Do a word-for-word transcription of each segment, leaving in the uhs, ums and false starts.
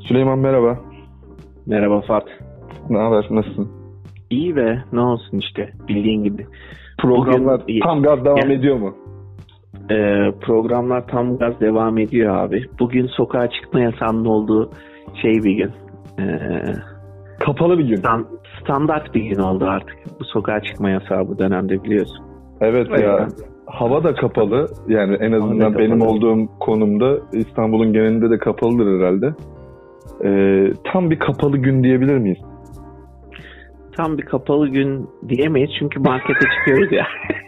Süleyman merhaba. Merhaba Fat. Ne haber? Nasılsın? İyi be. Ne olsun işte. Bildiğin gibi. Programlar Bugün, tam gaz devam yani, ediyor mu? E, programlar tam gaz devam ediyor abi. Bugün sokağa çıkma yasağının olduğu şey bir gün. E, Kapalı bir gün. stand, standart bir gün oldu artık. Bu sokağa çıkma yasağı bu dönemde biliyorsun. Evet Öyle ya. ya. Hava da kapalı. Yani en azından Hava da benim kapalı. olduğum konumda İstanbul'un genelinde de kapalıdır herhalde. Ee, tam bir kapalı gün diyebilir miyiz? Tam bir kapalı gün diyemeyiz çünkü markete çıkıyoruz ya.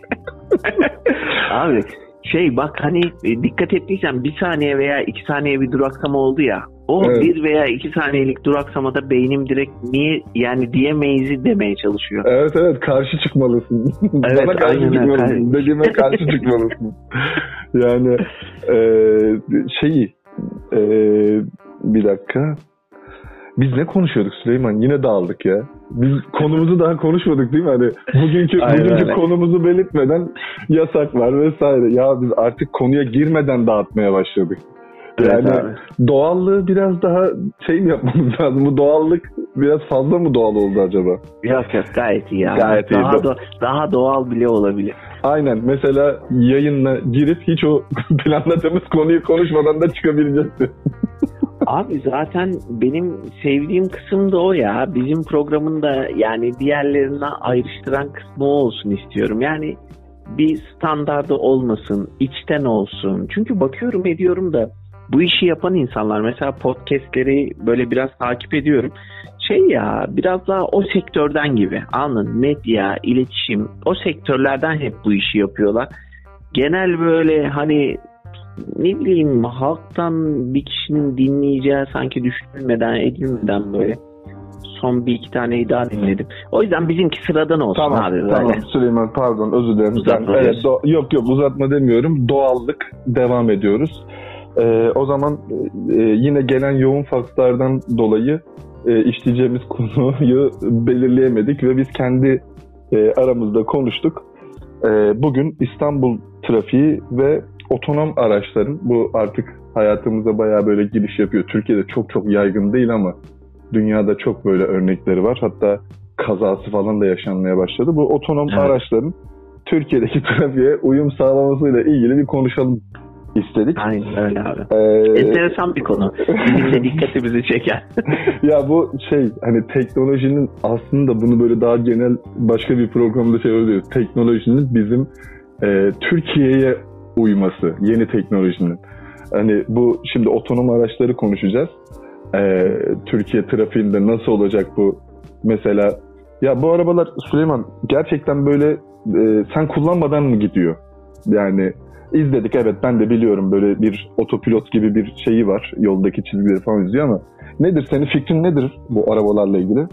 Abi şey bak hani e, dikkat ettiysen bir saniye veya iki saniye bir duraksama oldu ya. O Evet. bir veya iki saniyelik duraksamada beynim direkt niye yani diyemeyiz'i demeye çalışıyor. Evet evet karşı çıkmalısın. Evet, Bana karşı aynen, çıkmalısın. aynen. Dediğime karşı çıkmalısın. Yani e, şeyi e, bir dakika. Biz ne konuşuyorduk Süleyman? Yine dağıldık ya. Biz konumuzu daha konuşmadık değil mi? Hani bugünkü Aynen, bugünkü aynen. konumuzu belirtmeden yasaklar vesaire. Ya biz artık konuya girmeden dağıtmaya başladık. Evet Yani abi. doğallığı biraz daha şey mi yapmamız lazım? Bu doğallık biraz fazla mı doğal oldu acaba? Yok yok gayet iyi abi. Gayet iyi. Daha, do- daha doğal bile olabilir. Aynen. Mesela yayınla girip hiç o planladığımız konuyu konuşmadan da çıkabilecekti. Abi zaten benim sevdiğim kısım da o ya. Bizim programın da yani diğerlerinden ayrıştıran kısmı o olsun istiyorum. Yani bir standardı olmasın, içten olsun. Çünkü bakıyorum ediyorum da bu işi yapan insanlar mesela podcastleri böyle biraz takip ediyorum. Şey ya biraz daha o sektörden gibi. Anladın? Medya, iletişim o sektörlerden hep bu işi yapıyorlar. Genel böyle hani ne bileyim halktan bir kişinin dinleyeceği sanki düşünülmeden edilmeden böyle son bir iki taneyi daha dinledim. O yüzden bizimki sıradan olsun Tamam, abi böyle. tamam Süleyman pardon özür dilerim. Uzatma Ben, evet, diyorsun. do- yok yok uzatma demiyorum. Doğallık devam ediyoruz. Ee, o zaman e, yine gelen yoğun fakslardan dolayı e, işleyeceğimiz konuyu belirleyemedik ve biz kendi e, aramızda konuştuk. E, bugün İstanbul trafiği ve otonom araçların bu artık hayatımıza bayağı böyle giriş yapıyor. Türkiye'de çok çok yaygın değil ama dünyada çok böyle örnekleri var. Hatta kazası falan da yaşanmaya başladı. Bu otonom Evet. araçların Türkiye'deki trafiğe uyum sağlamasıyla ilgili bir konuşalım istedik. Aynen öyle abi. Ee, Enteresan bir konu. Bizim de dikkatimizi çeken. ya bu şey hani teknolojinin aslında bunu böyle daha genel başka bir programda şey oluyor. Teknolojinin bizim e, Türkiye'ye uyması, yeni teknolojinin. Hani bu şimdi otonom araçları konuşacağız. Ee, Türkiye trafiğinde nasıl olacak bu? Mesela ya bu arabalar Süleyman gerçekten böyle e, sen kullanmadan mı gidiyor? Yani izledik evet ben de biliyorum böyle bir otopilot gibi bir şeyi var. Yoldaki çizgileri falan izliyor ama nedir senin fikrin nedir bu arabalarla ilgili?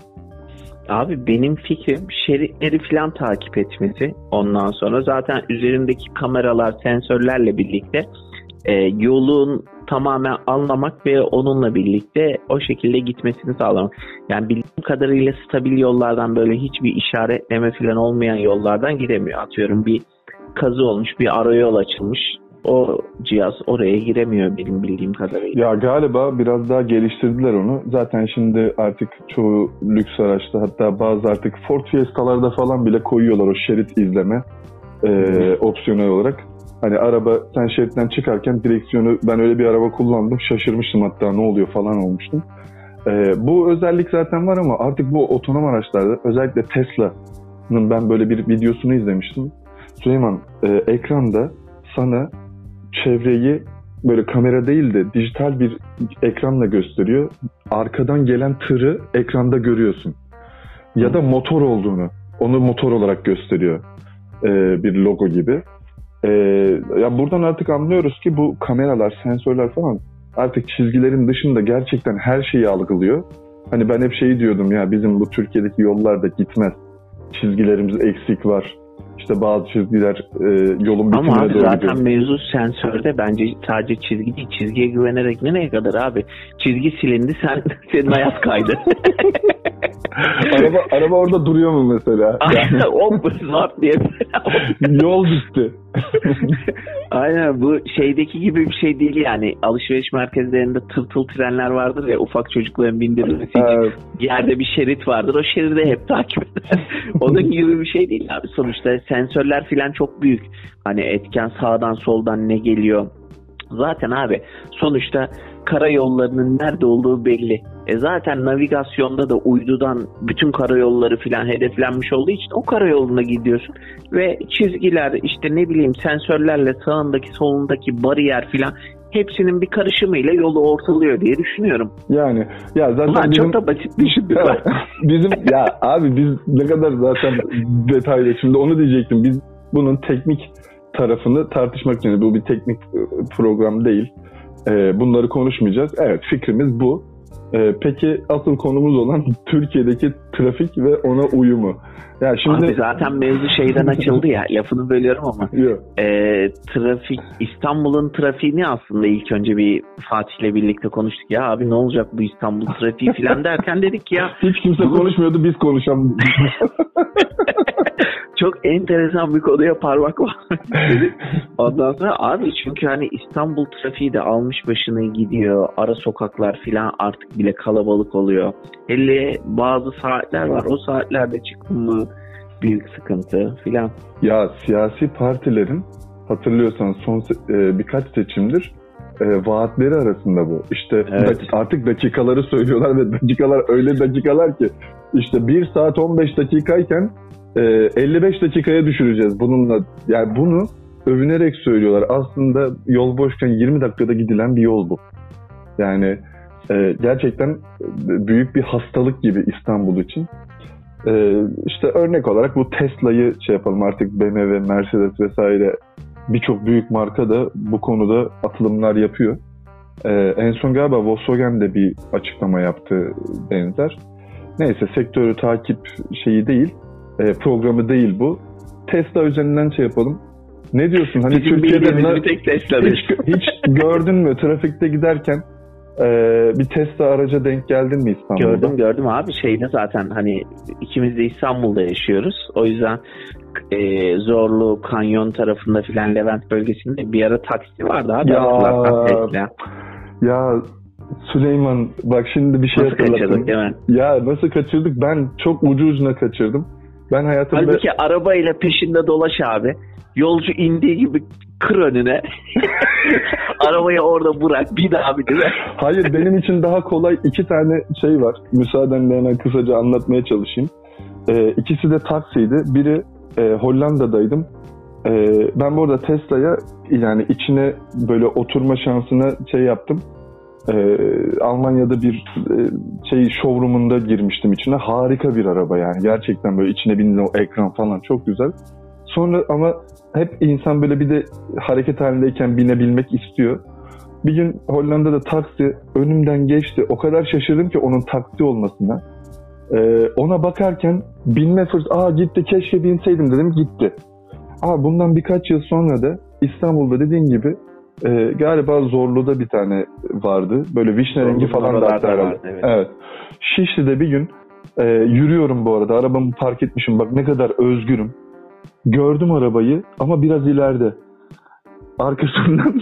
Abi benim fikrim şeritleri falan takip etmesi. Ondan sonra zaten üzerindeki kameralar, sensörlerle birlikte e, yolun tamamen anlamak ve onunla birlikte o şekilde gitmesini sağlamak. Yani bildiğim kadarıyla stabil yollardan böyle hiçbir işaretleme falan olmayan yollardan gidemiyor. Atıyorum bir kazı olmuş, bir ara yol açılmış. O cihaz oraya giremiyor benim bildiğim kadarıyla. Ya galiba biraz daha geliştirdiler onu. Zaten şimdi artık çoğu lüks araçta hatta bazı artık Ford Fiesta'larda falan bile koyuyorlar o şerit izleme e, opsiyonel olarak. Hani araba sen şeritten çıkarken direksiyonu ben öyle bir araba kullandım şaşırmıştım hatta ne oluyor falan olmuştum. E, bu özellik zaten var ama artık bu otonom araçlarda özellikle Tesla'nın ben böyle bir videosunu izlemiştim. Süleyman e, ekranda sana çevreyi böyle kamera değil de dijital bir ekranla gösteriyor. Arkadan gelen tırı ekranda görüyorsun. Ya da motor olduğunu. Onu motor olarak gösteriyor. Ee, bir logo gibi. Ee, ya buradan artık anlıyoruz ki bu kameralar, sensörler falan artık çizgilerin dışında gerçekten her şeyi algılıyor. Hani ben hep şeyi diyordum ya bizim bu Türkiye'deki yollarda gitmez. Çizgilerimiz eksik var. İşte bazı çizgiler e, yolun bitimine Ama abi doğru zaten gidiyor. mevzu sensörde, bence sadece çizgi değil. Çizgiye güvenerek nereye kadar abi? Çizgi silindi, sen senin hayat kaydı. araba araba orada duruyor mu mesela? Yani hop zart diye. Yol bitti. Aynen, bu şeydeki gibi bir şey değil yani. Alışveriş merkezlerinde tırtıl trenler vardır ya, ufak çocukların bindirilmesi için. Evet. Yerde bir şerit vardır. O şeridi hep takip eder. Onun gibi bir şey değil abi. Sonuçta sensörler falan çok büyük. Hani etken sağdan soldan ne geliyor. Zaten abi sonuçta karayollarının nerede olduğu belli. E zaten navigasyonda da uydudan bütün karayolları filan hedeflenmiş olduğu için o karayoluna gidiyorsun ve çizgiler, işte ne bileyim sensörlerle sağındaki solundaki bariyer filan hepsinin bir karışımıyla yolu ortalıyor diye düşünüyorum. Yani ya zaten Ulan bizim, çok da basit düşündük. bizim ya abi biz ne kadar zaten detaylı, şimdi onu diyecektim. Biz bunun teknik tarafını tartışmak için, bu bir teknik program değil. Ee, bunları konuşmayacağız. Evet, fikrimiz bu. Ee, peki asıl konumuz olan Türkiye'deki trafik ve ona uyumu. Ya şimdi abi zaten mevzu şeyden açıldı ya, lafını bölüyorum ama. Yok. E, trafik, İstanbul'un trafiğini aslında ilk önce bir Fatih'le birlikte konuştuk. Ya abi ne olacak bu İstanbul trafiği falan derken dedik ya. Hiç kimse bu... konuşmuyordu, biz konuşalım. Çok enteresan bir konuya parmak basmak istedik. Ondan sonra abi çünkü hani İstanbul trafiği de almış başını gidiyor. Ara sokaklar filan artık bile kalabalık oluyor. Hele bazı saatler var. O saatlerde çıktın mı büyük sıkıntı filan. Ya siyasi partilerin hatırlıyorsan son e, birkaç seçimdir e, vaatleri arasında bu. İşte evet. Artık dakikaları söylüyorlar ve dakikalar öyle dakikalar ki işte bir saat on beş dakikayken e, elli beş dakikaya düşüreceğiz bununla. Yani bunu övünerek söylüyorlar. Aslında yol boşken yirmi dakikada gidilen bir yol bu. Yani e, gerçekten büyük bir hastalık gibi İstanbul için. Ee, işte örnek olarak bu Tesla'yı şey yapalım, artık B M W, Mercedes vesaire birçok büyük marka da bu konuda atılımlar yapıyor. Ee, en son galiba Volkswagen de bir açıklama yaptı benzer. Neyse, sektörü takip şeyi değil, e, programı değil bu. Tesla üzerinden şey yapalım. Ne diyorsun? Hani bizim Türkiye'de bir tek Tesla hiç, hiç gördün mü trafikte giderken Ee, bir Tesla araca denk geldin mi İstanbul'da? Gördüm gördüm abi, şeyde zaten hani ikimiz de İstanbul'da yaşıyoruz. O yüzden e, Zorlu, Kanyon tarafında filan, Levent bölgesinde bir ara taksi vardı abi. Ya, Tesla. Ya Süleyman bak şimdi bir şey nasıl kaçırdık değil mi? Ya nasıl kaçırdık? Ben çok ucu ucuna kaçırdım. Ben hayatımda... Halbuki arabayla peşinde dolaş abi. Yolcu indiği gibi kır önüne. Arabayı orada bırak. Bir daha bir de. Hayır, benim için daha kolay iki tane şey var. Müsaadenle hemen kısaca anlatmaya çalışayım. Ee, ikisi de taksiydi. Biri e, Hollanda'daydım. E, ben bu arada Tesla'ya yani içine böyle oturma şansına şey yaptım. E, Almanya'da bir e, şey showroom'unda girmiştim içine. Harika bir araba yani. Gerçekten böyle içine binilen o ekran falan çok güzel. Sonra ama hep insan böyle bir de hareket halindeyken binebilmek istiyor. Bir gün Hollanda'da taksi önümden geçti. O kadar şaşırdım ki onun taksi olmasına. Ee, ona bakarken binme fırsatı, aa gitti, keşke binseydim dedim, gitti. Ama bundan birkaç yıl sonra da İstanbul'da dediğin gibi e, galiba Zorlu'da bir tane vardı. Böyle vişne rengi falan da hatta herhalde. Evet. Evet. Şişli'de bir gün e, yürüyorum bu arada. Arabamı park etmişim. Bak ne kadar özgürüm. Gördüm arabayı ama biraz ileride. Arkasından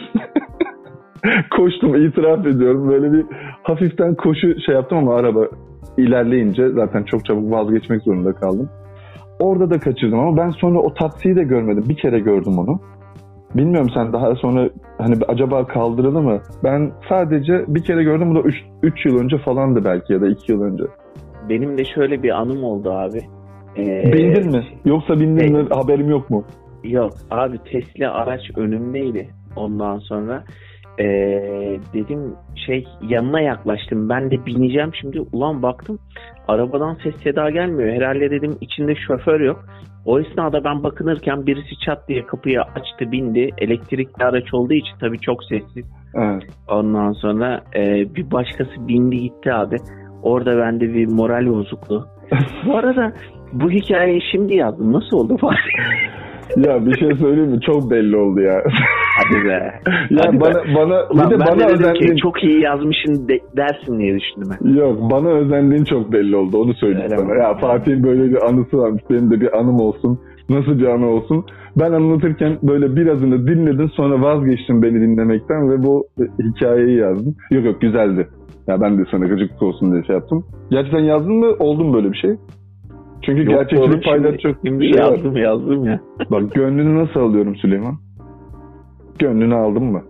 koştum, itiraf ediyorum. Böyle bir hafiften koşu şey yaptım ama araba ilerleyince zaten çok çabuk vazgeçmek zorunda kaldım. Orada da kaçırdım ama ben sonra o taksiyi de görmedim. Bir kere gördüm onu. Bilmiyorum sen daha sonra hani acaba kaldırıldı mı? Ben sadece bir kere gördüm. Bu da üç yıl önce falandı belki ya da iki yıl önce. Benim de şöyle bir anım oldu abi. Ee, bindin mi? Yoksa bindin mi? Haberim yok mu? Yok abi, Tesla araç önümdeydi. Ondan sonra ee, dedim şey, yanına yaklaştım. Ben de bineceğim şimdi. Ulan baktım arabadan ses seda gelmiyor. Herhalde dedim içinde şoför yok. O esnada ben bakınırken birisi çat diye kapıyı açtı, bindi. Elektrikli araç olduğu için tabii çok sessiz. Evet. Ondan sonra ee, bir başkası bindi gitti abi. Orada bende bir moral bozukluğu. Bu arada bu hikayeyi şimdi yazdım. Nasıl oldu falan? Ya bir şey söyleyeyim mi? Çok belli oldu ya. Hadi be. Ya Hadi bana be. bana Ulan bir de ben bana de dedim özendiğin ki çok iyi yazmışsın de, dersin diye düşündüm ben. Yok, bana özendiğin çok belli oldu. Onu söyleyeyim Öyle sana. mi? Ya Fatih'in böyle bir anısı varmış. Benim de bir anım olsun. Nasıl bir anı olsun? Ben anlatırken böyle birazını dinledin, sonra vazgeçtin beni dinlemekten ve bu hikayeyi yazdın. Yok yok, güzeldi. Ya ben de sana gıcıklık olsun diye şey yaptım. Gerçekten yazdın mı? Oldu mu böyle bir şey? Çünkü Yok, gerçekçilik paylaşacak şimdi, bir şimdi şey var. yazdım yazdım ya. Bak, gönlünü nasıl alıyorum Süleyman? Gönlünü aldın mı?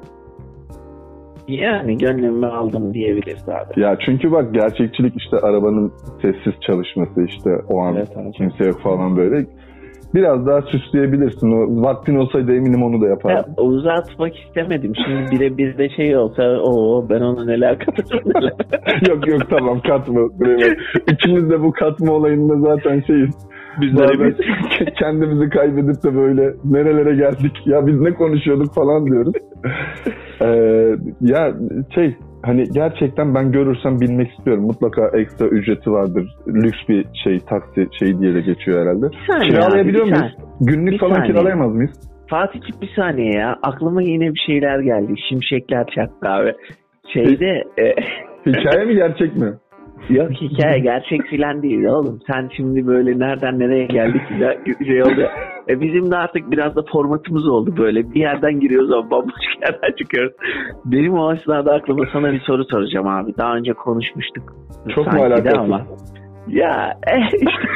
Yani gönlümü aldım diyebiliriz abi. Ya çünkü bak, gerçekçilik işte arabanın sessiz çalışması, işte o an Evet abi. kimse yok falan böyle. Biraz daha süsleyebilirsin. O vaktin olsaydı eminim onu da yapardın. Ya, uzatmak istemedim. Şimdi birebir de şey olsa o ben ona neler katırım neler. Yok yok, tamam, katma. İkimiz de bu katma olayında zaten şeyiz. Biz Bazen kendimizi kaybedip de böyle nerelere geldik, ya biz ne konuşuyorduk falan diyoruz. ee, ya şey, hani gerçekten ben görürsem binmek istiyorum. Mutlaka ekstra ücreti vardır. Lüks bir şey, taksi şey diye de geçiyor herhalde. Kiralayabiliyor muyuz? Günlük bir falan saniye. kiralayamaz mıyız? Fatih'ciğim bir saniye ya. Aklıma yine bir şeyler geldi. Şimşekler çaktı abi. Şeyde e, hikaye mi gerçek mi? Yok, hikaye gerçek filan değil oğlum. Sen şimdi böyle nereden nereye geldik ya, şey oldu. E bizim de artık biraz da formatımız oldu böyle. Bir yerden giriyoruz ama bambaşka yerden çıkıyoruz. Benim o esnada aklıma sana bir soru soracağım abi. Daha önce konuşmuştuk. Çok mu alakası? Ama. Ya eh, işte.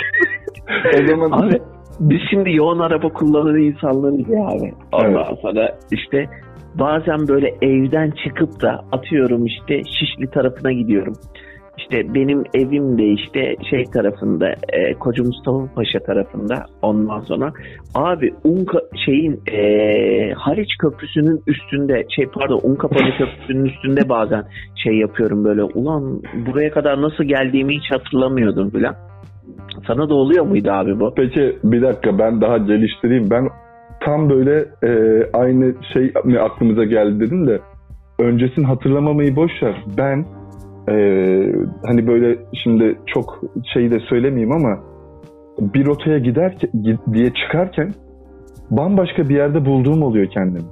O zaman abi biz şimdi yoğun araba kullanan insanlarız ya abi. Ondan evet. sonra işte bazen böyle evden çıkıp da atıyorum işte Şişli tarafına gidiyorum. İşte benim evim de işte şey tarafında, e, Koca Mustafa Paşa tarafında. Ondan sonra abi Unka şeyin e, Haliç Köprüsü'nün üstünde, şey pardon Unkapanı Köprüsü'nün üstünde bazen şey yapıyorum böyle. Ulan buraya kadar nasıl geldiğimi hiç hatırlamıyordum falan. Sana da oluyor muydu abi bu? Peki bir dakika, ben daha geliştireyim. Ben tam böyle e, aynı şey mi aklımıza geldi dedim de öncesini hatırlamamayı boş ver. Ben Ee, hani böyle şimdi çok şey de söylemeyeyim ama bir rotaya giderken diye çıkarken bambaşka bir yerde bulduğum oluyor kendimi.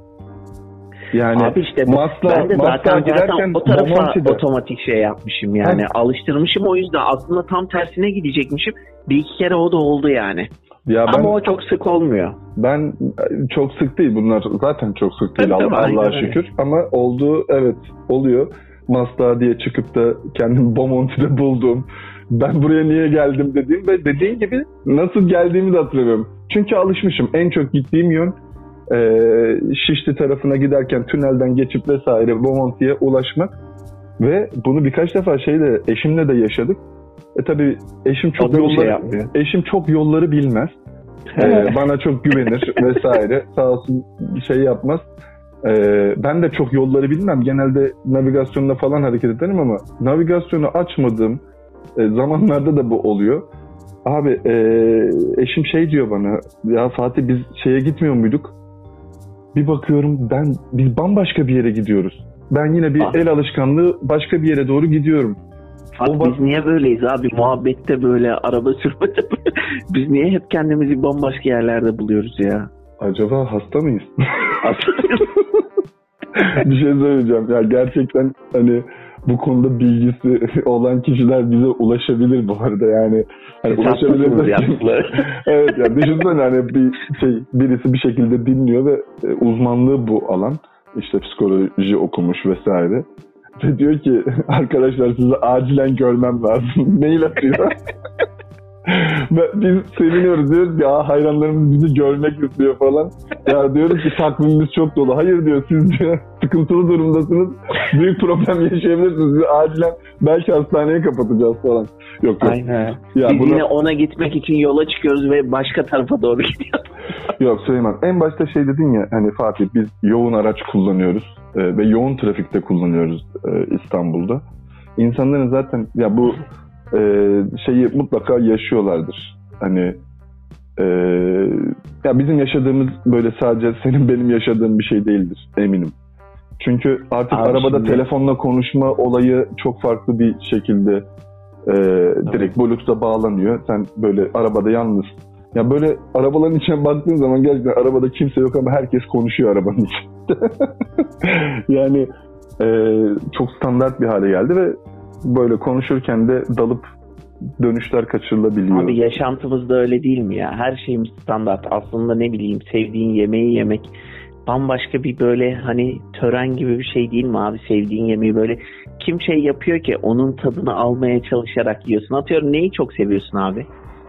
Yani abi işte Masla, ben de zaten, zaten o tarafa Bomonti'de otomatik şey yapmışım yani. Ha. Alıştırmışım, o yüzden aslında tam tersine gidecekmişim. Bir iki kere o da oldu yani. Ya ben, ama o çok sık olmuyor. Ben çok sık değil, bunlar zaten çok sık değil, Allah, Allah'a şükür. Ama olduğu, evet, oluyor. Maslak diye çıkıp da kendimi Bomonti'de buldum. Ben buraya niye geldim dediğim ve dediğin gibi nasıl geldiğimi de hatırlamıyorum. Çünkü alışmışım. En çok gittiğim yön e, Şişli tarafına giderken tünelden geçip vesaire Bomonti'ye ulaşmak. Ve bunu birkaç defa şeyle, eşimle de yaşadık. E tabii eşim çok yolları, şey eşim çok yolları bilmez. e, bana çok güvenir vesaire. Sağ olsun şey yapmaz. Ee, ben de çok yolları bilmem. Genelde navigasyonla falan hareket ederim ama navigasyonu açmadığım e, zamanlarda da bu oluyor. Abi e, eşim şey diyor bana, ya Fatih biz şeye gitmiyor muyduk? Bir bakıyorum ben biz bambaşka bir yere gidiyoruz. Ben yine bir ah. el alışkanlığı başka bir yere doğru gidiyorum. Fatih o, biz niye böyleyiz abi? Muhabbette böyle, araba sürmede biz niye hep kendimizi bambaşka yerlerde buluyoruz ya? Acaba hasta mıyız? Bir şey söyleyeceğim. Ya gerçekten hani bu konuda bilgisi olan kişiler bize ulaşabilir bu arada yani. Hani ulaşabilir. Evet ya, düşünsene hani bir şey, birisi bir şekilde dinliyor ve uzmanlığı bu alan. İşte psikoloji okumuş vesaire. Ve diyor ki arkadaşlar sizi acilen görmem lazım. Mail atıyor. Biz seviniyoruz, diyoruz ya hayranlarımız bizi görmek istiyor falan. Ya diyoruz ki takvimimiz çok dolu. Hayır diyor, siz diyor sıkıntılı durumdasınız. Büyük problem yaşayabilirsiniz. Biz acilen belki hastaneye kapatacağız falan. Yok yok. Aynen. Ya biz buna... yine ona gitmek için yola çıkıyoruz ve başka tarafa doğru gidiyoruz. Yok Süleyman, en başta şey dedin ya hani Fatih biz yoğun araç kullanıyoruz e, ve yoğun trafikte kullanıyoruz e, İstanbul'da. İnsanların zaten ya bu Ee, şeyi mutlaka yaşıyorlardır. Hani e, ya bizim yaşadığımız böyle sadece senin benim yaşadığım bir şey değildir eminim. Çünkü artık Abi arabada şimdi... telefonla konuşma olayı çok farklı bir şekilde e, direkt Bluetooth'a bağlanıyor. Sen böyle arabada yalnız Ya böyle arabaların içine baktığın zaman gerçekten arabada kimse yok ama herkes konuşuyor arabanın içinde. Yani e, çok standart bir hale geldi ve böyle konuşurken de dalıp dönüşler kaçırılabiliyor. Abi yaşantımızda öyle değil mi ya? Her şeyimiz standart. Aslında ne bileyim sevdiğin yemeği yemek bambaşka bir böyle hani tören gibi bir şey değil mi abi? Sevdiğin yemeği böyle kim şey yapıyor ki onun tadını almaya çalışarak yiyorsun. Atıyorum neyi çok seviyorsun abi?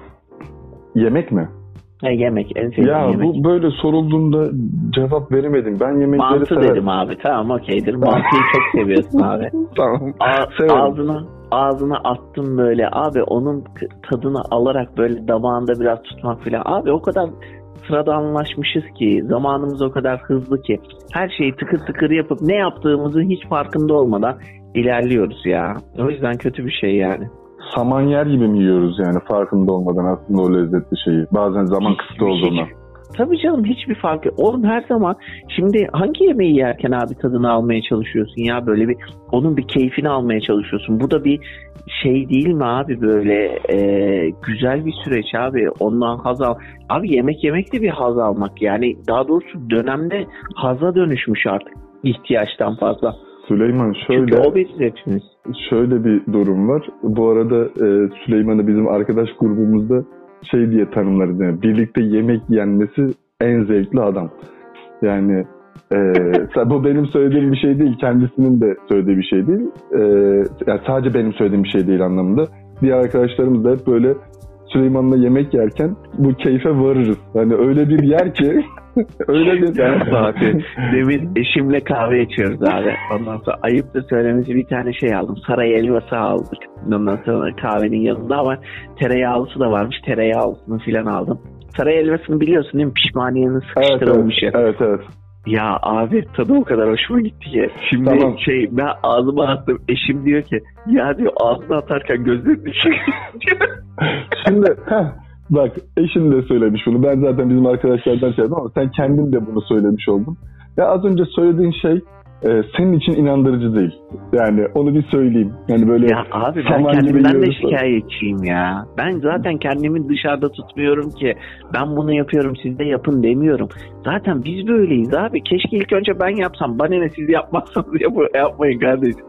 Yemek mi? Ha, yemek. En sevdiğin ya yemek. Bu böyle sorulduğunda cevap veremedim. Ben yemekleri Mantı severim. dedim abi. Tamam okeydir. Mantıyı çok seviyorsun abi. Tamam. A- ağzına ağzına attım böyle abi onun tadını alarak böyle damağında biraz tutmak falan. Abi o kadar sıradanlaşmışız ki zamanımız o kadar hızlı ki her şeyi tıkır tıkır yapıp ne yaptığımızın hiç farkında olmadan ilerliyoruz ya. O yüzden kötü bir şey yani. Saman yer gibi mi yiyoruz yani farkında olmadan aslında o lezzetli şeyi. Bazen zaman kısıtlı olduğunu. Tabii canım hiçbir farkı. Oğlum her zaman şimdi hangi yemeği yerken abi tadını almaya çalışıyorsun ya böyle bir onun bir keyfini almaya çalışıyorsun. Bu da bir şey değil mi abi böyle e, güzel bir süreç abi. Ondan haz al. Abi yemek yemek de bir haz almak yani daha doğrusu dönemde haza dönüşmüş artık ihtiyaçtan fazla. Süleyman şöyle. Çünkü o biziz hepimiz. Şöyle bir durum var. Bu arada e, Süleyman'ı bizim arkadaş grubumuzda şey diye tanımlarız yani birlikte yemek yenmesi en zevkli adam. Yani e, bu benim söylediğim bir şey değil, kendisinin de söylediği bir şey değil. E, yani sadece benim söylediğim bir şey değil anlamında. Diğer arkadaşlarımız da hep böyle Süleyman'la yemek yerken bu keyfe varırız. Yani öyle bir yer ki öyle bir yani abi, demin eşimle kahve içiyoruz abi. Ondan sonra ayıp da söylemesi bir tane şey aldım. Saray helvası aldık. Ondan sonra kahvenin yanında ama tereyağlısı da varmış. Tereyağlısını filan aldım. Saray helvasını biliyorsun değil mi? Pişmaniyenin sıkıştırılmış. Evet evet, evet evet. Ya abi tadı o kadar hoşuma gitti ki. Şimdi tamam. şey ben ağzıma attım. Eşim diyor ki ya diyor ağzına atarken gözlerini düşürüyor. Şimdi heh, bak eşin de söylemiş bunu. Ben zaten bizim arkadaşlardan söyledim ama sen kendin de bunu söylemiş oldun. Ya az önce söylediğin şey e, senin için inandırıcı değil. Yani onu bir söyleyeyim. Yani böyle ya abi ben kendimden de şikayetçiyim ya. Ben zaten kendimi dışarıda tutmuyorum ki. Ben bunu yapıyorum siz de yapın demiyorum. Zaten biz böyleyiz abi. Keşke ilk önce ben yapsam. Bana ne siz yapmazsanız yap yapmayın kardeşim.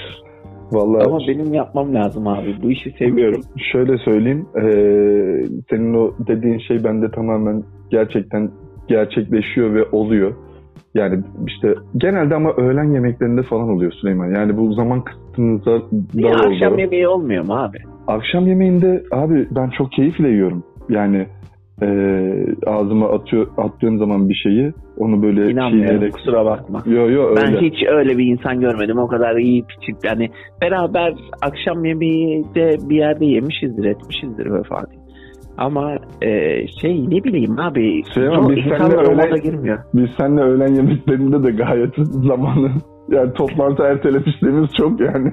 Vallahi ama benim yapmam lazım abi. Bu işi seviyorum. Şöyle söyleyeyim. E, senin o dediğin şey bende tamamen gerçekten gerçekleşiyor ve oluyor. Yani işte genelde ama öğlen yemeklerinde falan oluyor Süleyman. Yani bu zaman kısıtınızda da oldu. Akşam yemeği olmuyor mu abi? Akşam yemeğinde abi ben çok keyifle yiyorum. Yani e, ağzıma atıyor, attığım zaman bir şeyi onu böyle İnanmıyorum kusura bakma. Yo, yo, öyle. Ben hiç öyle bir insan görmedim. O kadar iyi küçük. Yani beraber akşam yemeği de bir yerde yemişizdir etmişizdir ve Fatih. Ama e, şey ne bileyim abi Süleyman, biz insanlar o moda girmiyor. Biz seninle öğlen yemeklerinde de gayet zamanı yani toplantı ertelemişliğimiz çok yani.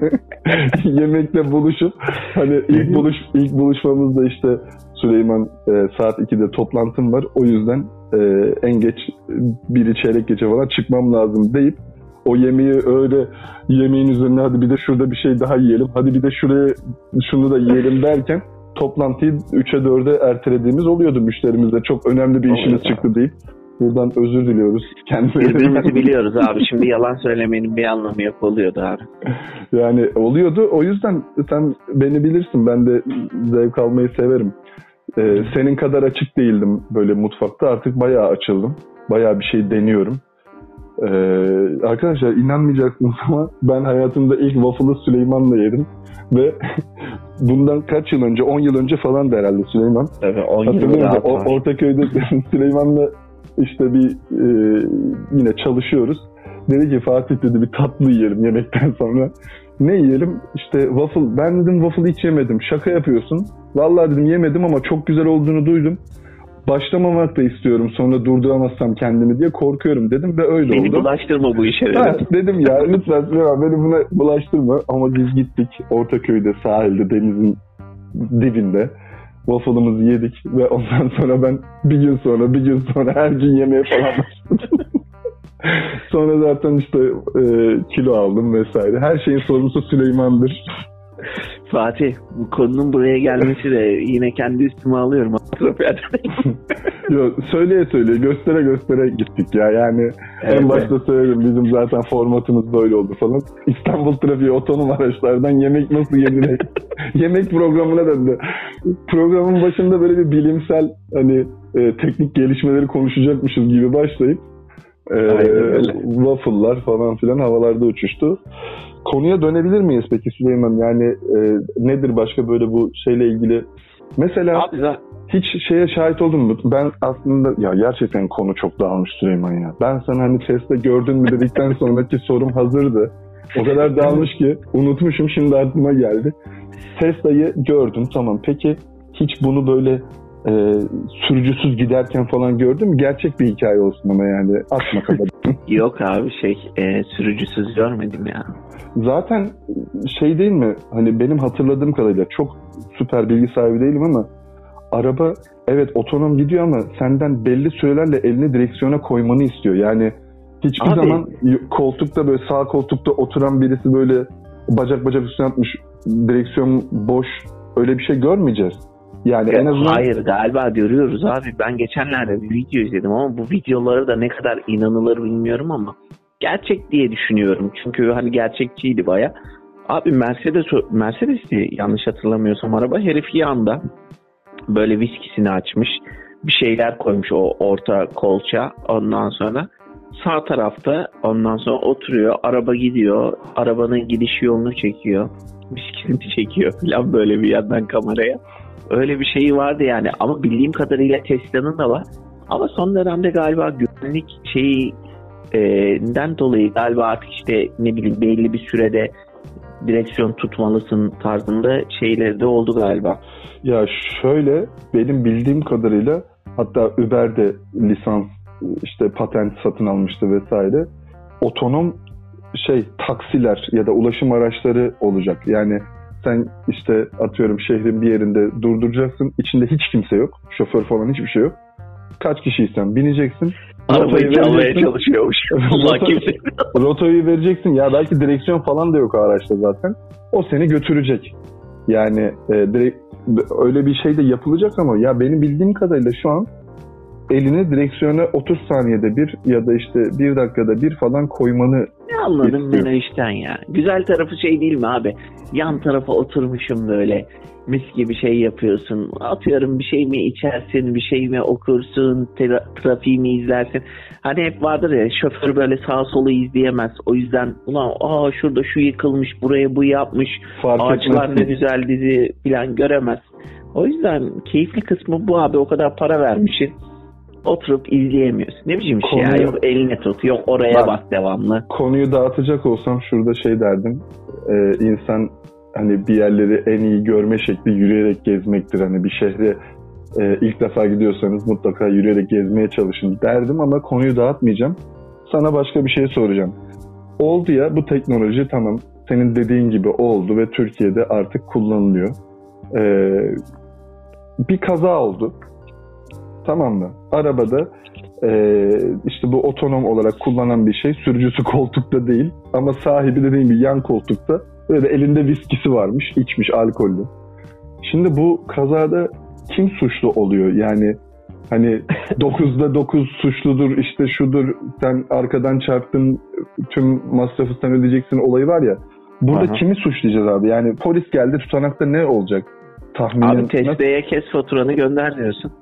Yemekle buluşup hani ilk buluş ilk buluşmamızda işte Süleyman e, saat ikide toplantım var. O yüzden e, en geç biri çeyrek geçe falan çıkmam lazım deyip o yemeği öyle yemeğin üzerine hadi bir de şurada bir şey daha yiyelim. Hadi bir de şuraya şunu da yiyelim derken toplantıyı üçe dörde ertelediğimiz oluyordu müşterimizle. Çok önemli bir işimiz Oluyor çıktı deyip buradan özür diliyoruz. Birbirimizi biliyoruz abi. Şimdi yalan söylemenin bir anlamı yok oluyordu abi. Yani oluyordu. O yüzden sen beni bilirsin. Ben de zevk almayı severim. Ee, senin kadar açık değildim böyle mutfakta. Artık bayağı açıldım. Bayağı bir şey deniyorum. Ee, arkadaşlar inanmayacaksınız ama ben hayatımda ilk waffle'ı Süleyman'la yedim. Ve bundan kaç yıl önce? on yıl önce falan da herhalde Süleyman. Evet, on yıl rahat o, Ortaköy'de Süleyman'la işte bir e, yine çalışıyoruz. Dedi ki Fatih dedi bir tatlı yiyelim yemekten sonra. Ne yiyelim? İşte waffle. Ben dedim waffle hiç yemedim. Şaka yapıyorsun. Vallahi dedim yemedim ama çok güzel olduğunu duydum. Başlamamak da istiyorum. Sonra durduramazsam kendimi diye korkuyorum dedim ve öyle beni oldu. Beni bulaştırma bu işe dedim. Ha, dedim ya lütfen Süleyman beni buna bulaştırma. Ama biz gittik Ortaköy'de sahilde denizin dibinde. Waffle'ımızı yedik ve ondan sonra ben bir gün sonra bir gün sonra her gün yemeye falan başladım. Sonra zaten işte e, kilo aldım vesaire. Her şeyin sorumlusu Süleyman'dır. Fatih, bu konunun buraya gelmesi de yine kendi üstüme alıyorum. Yok, söyleye söyleye göstere göstere gittik ya yani evet, en başta söyledim bizim zaten formatımız böyle oldu falan. İstanbul trafiği otonom araçlardan yemek nasıl yenir yemek programına döndü. Programın başında böyle bir bilimsel hani e, teknik gelişmeleri konuşacakmışız gibi başlayıp e, waffle'lar falan filan havalarda uçuştu. Konuya dönebilir miyiz peki Süleyman? Yani e, nedir başka böyle bu şeyle ilgili? Mesela abi, hiç şeye şahit oldun mu? Ben aslında ya gerçekten konu çok dağılmış Süleyman ya. Ben sana hani testte gördün mü dedikten sonraki sorum hazırdı. O kadar dağılmış ki unutmuşum, şimdi aklıma geldi. Tesla'yı gördüm, tamam. Peki hiç bunu böyle e, sürücüsüz giderken falan gördün mü? Gerçek bir hikaye olsun ama yani atma kapattın. Yok abi şey e, sürücüsüz görmedim ya. Zaten şey değil mi? Hani benim hatırladığım kadarıyla çok süper bilgi sahibi değilim ama araba evet otonom gidiyor ama senden belli sürelerle elini direksiyona koymanı istiyor. Yani hiçbir Abi, zaman koltukta böyle sağ koltukta oturan birisi böyle bacak bacak üstüne atmış, direksiyon boş, öyle bir şey görmeyeceğiz. Yani ya, en azından... Hayır galiba görüyoruz abi. Ben geçenlerde bir video izledim ama bu videoları da ne kadar inanılır bilmiyorum ama gerçek diye düşünüyorum. Çünkü hani gerçekçiydi baya. Abi Mercedes Mercedes'ti yanlış hatırlamıyorsam araba. Herif yanda böyle viskisini açmış. Bir şeyler koymuş o orta kolça. Ondan sonra sağ tarafta ondan sonra oturuyor. Araba gidiyor. Arabanın gidiş yolunu çekiyor. Viskisini çekiyor falan böyle bir yandan kameraya. Öyle bir şeyi vardı yani. Ama bildiğim kadarıyla Tesla'nın da var. Ama son dönemde galiba güvenlik şeyi den dolayı galiba artık işte ne bileyim belli bir sürede direksiyon tutmalısın tarzında şeyleri de oldu galiba. Ya şöyle benim bildiğim kadarıyla hatta Uber'de lisans işte patent satın almıştı vesaire. Otonom şey taksiler ya da ulaşım araçları olacak. Yani sen işte atıyorum şehrin bir yerinde durduracaksın. İçinde hiç kimse yok. Şoför falan hiçbir şey yok. Kaç kişiysen bineceksin. Arabayı çalmaya çalışıyormuş. Allah kimse. Rotayı vereceksin. Ya belki direksiyon falan da yok o araçta zaten. O seni götürecek. Yani e, direkt, öyle bir şey de yapılacak ama ya benim bildiğim kadarıyla şu an elini direksiyona otuz saniyede bir ya da işte bir dakikada bir falan koymanı ne anladım ben o işten ya. Güzel tarafı şey değil mi abi? Yan tarafa oturmuşum böyle. Mis gibi şey yapıyorsun. Atıyorum bir şey mi içersin, bir şey mi okursun, tra- trafiği mi izlersin. Hani hep vardır ya şoför böyle sağa solu izleyemez. O yüzden ulan aa şurada şu yıkılmış, buraya bu yapmış. Fark ağaçlar etmez. Ne güzel dizi falan göremez. O yüzden keyifli kısmı bu abi, o kadar para vermişsin. Oturup izleyemiyorsun. Ne biçim şey Konuyu, ya, yok eline tut, yok oraya bak, bak devamlı. Konuyu dağıtacak olsam şurada şey derdim. Ee, insan hani bir yerleri en iyi görme şekli yürüyerek gezmektir. Hani bir şehre e, ilk defa gidiyorsanız mutlaka yürüyerek gezmeye çalışın derdim ama konuyu dağıtmayacağım. Sana başka bir şey soracağım. Oldu ya bu teknoloji, tamam senin dediğin gibi oldu ve Türkiye'de artık kullanılıyor. Ee, bir kaza oldu. Tamam mı? Arabada e, işte bu otonom olarak kullanan bir şey. Sürücüsü koltukta değil ama sahibi dediğim gibi yan koltukta. Böyle elinde viskisi varmış, içmiş, alkollü. Şimdi bu kazada kim suçlu oluyor? Yani hani dokuzda dokuz suçludur, işte şudur, sen arkadan çarptın, tüm masrafı sen ödeyeceksin olayı var ya. Burada Aha. kimi suçlayacağız abi? Yani polis geldi, tutanakta ne olacak? Tahminen... Abi Tesla'ya kes faturanı gönder diyorsun.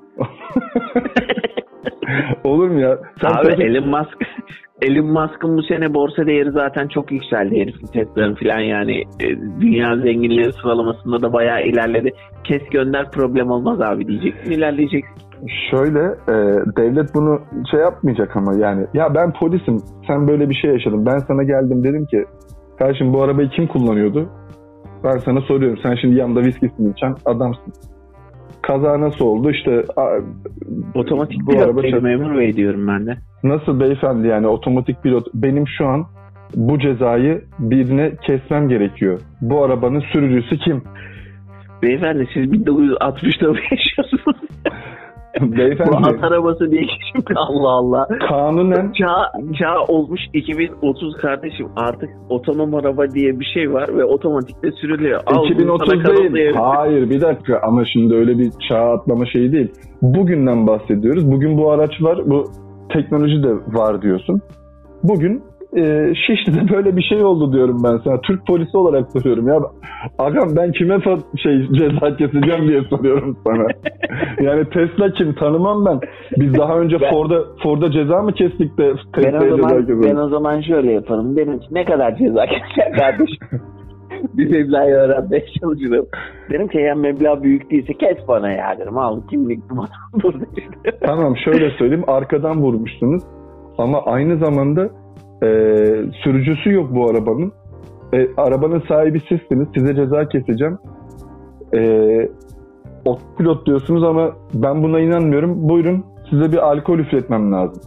Olur mu ya? Sen abi tabii... Elon Musk Elon Musk'ın bu sene borsa değeri zaten çok yükseldi herifin, Tesla'nın falan yani e, dünya zenginleri sıralamasında da bayağı ilerledi. Kes gönder, problem olmaz abi diyeceksin, ilerleyeceksin. Şöyle e, devlet bunu şey yapmayacak ama yani ya ben polisim, sen böyle bir şey yaşadın, ben sana geldim dedim ki kardeşim bu arabayı kim kullanıyordu? Ben sana soruyorum, sen şimdi yanında viskisini içen adamsın. Kaza nasıl oldu? İşte otomatik pilot çat- memur bey diyorum ben de. Nasıl beyefendi yani otomatik pilot? Benim şu an bu cezayı birine kesmem gerekiyor. Bu arabanın sürücüsü kim? Beyefendi siz bin dokuz yüz altmışta mı yaşıyorsunuz? Beyefendi. Bu at arabası diye şimdi Allah Allah. Kanunen. Çağ, çağ olmuş iki bin otuz kardeşim, artık otonom araba diye bir şey var ve otomatikte sürülüyor. Al, iki bin otuz değil. Hayır bir dakika ama şimdi öyle bir çağ atlama şeyi değil. Bugünden bahsediyoruz. Bugün bu araç var. Bu teknoloji de var diyorsun. Bugün e, Şişli'de böyle bir şey oldu diyorum ben sana. Türk polisi olarak soruyorum ya. Agam ben kime fa- şey ceza keseceğim diye soruyorum sana. Yani Tesla kim? Tanımam ben. Biz daha önce ben, Ford'a Ford'a ceza mı kestik de Tesla'ya ceza keselim? Ben o zaman şöyle yaparım. Benim için ne kadar ceza keseceğim kardeşim? Bir meblağı öğrenmeye çalışıyorum. Dedim ki eğer meblağ büyük değilse kes bana ya derim. Al kimlik numaram burada işte. Tamam şöyle söyleyeyim. Arkadan vurmuşsunuz. Ama aynı zamanda e, sürücüsü yok bu arabanın. E, arabanın sahibi sizsiniz. Size ceza keseceğim. E, Otopilot diyorsunuz ama ben buna inanmıyorum. Buyurun size bir alkol üfletmem lazım.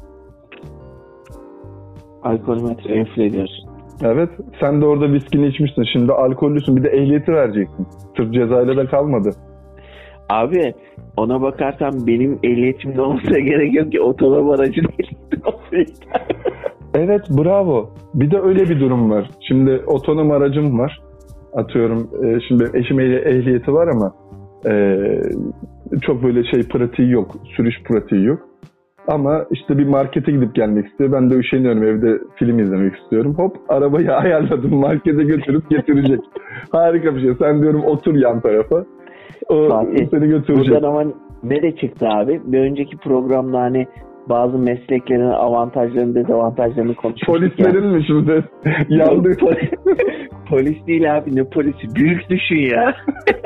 Alkolmetre üflediyorsun. Evet. Sen de orada viskini içmişsin. Şimdi alkollüsün. Bir de ehliyeti vereceksin. Sırf cezayla da kalmadı. Abi ona bakarsan benim ehliyetimde olsa gerek yok ki, otonom aracın ehliyeti olsa. Evet bravo. Bir de öyle bir durum var. Şimdi otonom aracım var. Atıyorum e, şimdi eşim ehliyeti var ama e, çok böyle şey pratiği yok. Sürüş pratiği yok. Ama işte bir markete gidip gelmek istiyor. Ben de üşeniyorum, evde film izlemek istiyorum. Hop arabayı ayarladım. Markete götürüp getirecek. Harika bir şey. Sen diyorum otur yan tarafa. O Fatih, seni götürecek. Buradan ama ne de çıktı abi? Bir önceki programda hani bazı mesleklerin avantajlarını, dezavantajlarını konuşmuştuk. Polislerin mi şimdi? Yandı. Polis, polis değil abi, ne polisi? Büyük düşün ya.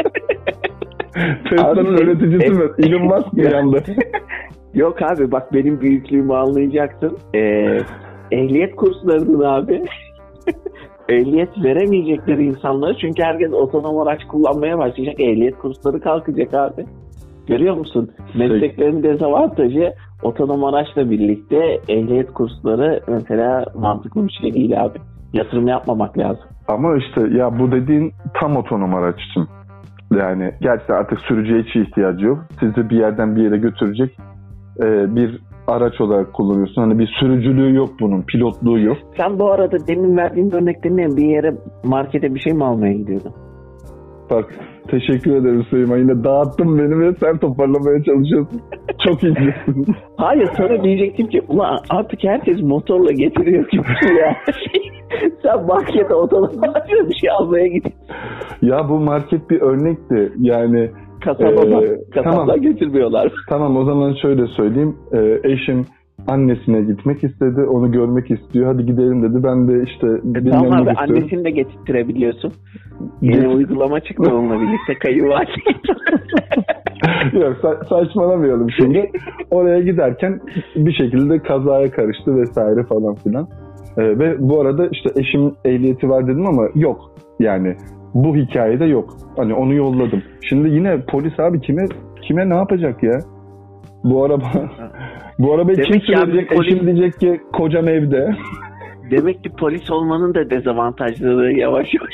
Tesla'nın öğreticisi mi? Elon Musk mı yandı? Yok abi bak, benim büyüklüğümü anlayacaksın. Ee, ehliyet kurslarının abi ehliyet veremeyecekleri insanları, çünkü herkes otonom araç kullanmaya başlayacak. Ehliyet kursları kalkacak abi. Görüyor musun? Mesleklerin dezavantajı, otonom araçla birlikte ehliyet kursları mesela mantıklı bir şey değil abi. Yatırım yapmamak lazım. Ama işte ya bu dediğin tam otonom araç için. Yani gerçekten artık sürücüye hiç ihtiyacı yok. Sizi bir yerden bir yere götürecek e, bir araç olarak kullanıyorsun. Hani bir sürücülüğü yok bunun, pilotluğu yok. Sen bu arada demin verdiğin örnekte ne? Bir yere, markete bir şey mi almaya gidiyordun? Bak teşekkür ederim Süleyman. Yine dağıttın beni ve sen toparlamaya çalışıyorsun. Çok iyisin. Hayır, sana diyecektim ki ulan artık herkes motorla getiriyor gibi ya. Sen markete otomatik bir şey almaya gidiyorsun. Ya bu market bir örnekti. Yani kasabada e, kasaplar tamam, getirmiyorlar. Tamam o zaman şöyle söyleyeyim. E, eşim annesine gitmek istedi. Onu görmek istiyor. Hadi gidelim dedi. Ben de işte e, tamam abi istiyorum. Annesini de getirtirebiliyorsun. Yeni Get- uygulama çıktı onunla birlikte kayıvar. Yok sa- saçmalamayalım şimdi. Oraya giderken bir şekilde kazaya karıştı vesaire falan filan. Ee, ve bu arada işte eşim ehliyeti var dedim ama yok. Yani bu hikayede yok. Hani onu yolladım. Şimdi yine polis abi kime kime ne yapacak ya? Bu araba bu arabayı Demek kim sürecek? Polis... Eşim diyecek ki kocam evde. Demek ki polis olmanın da dezavantajları yavaş yavaş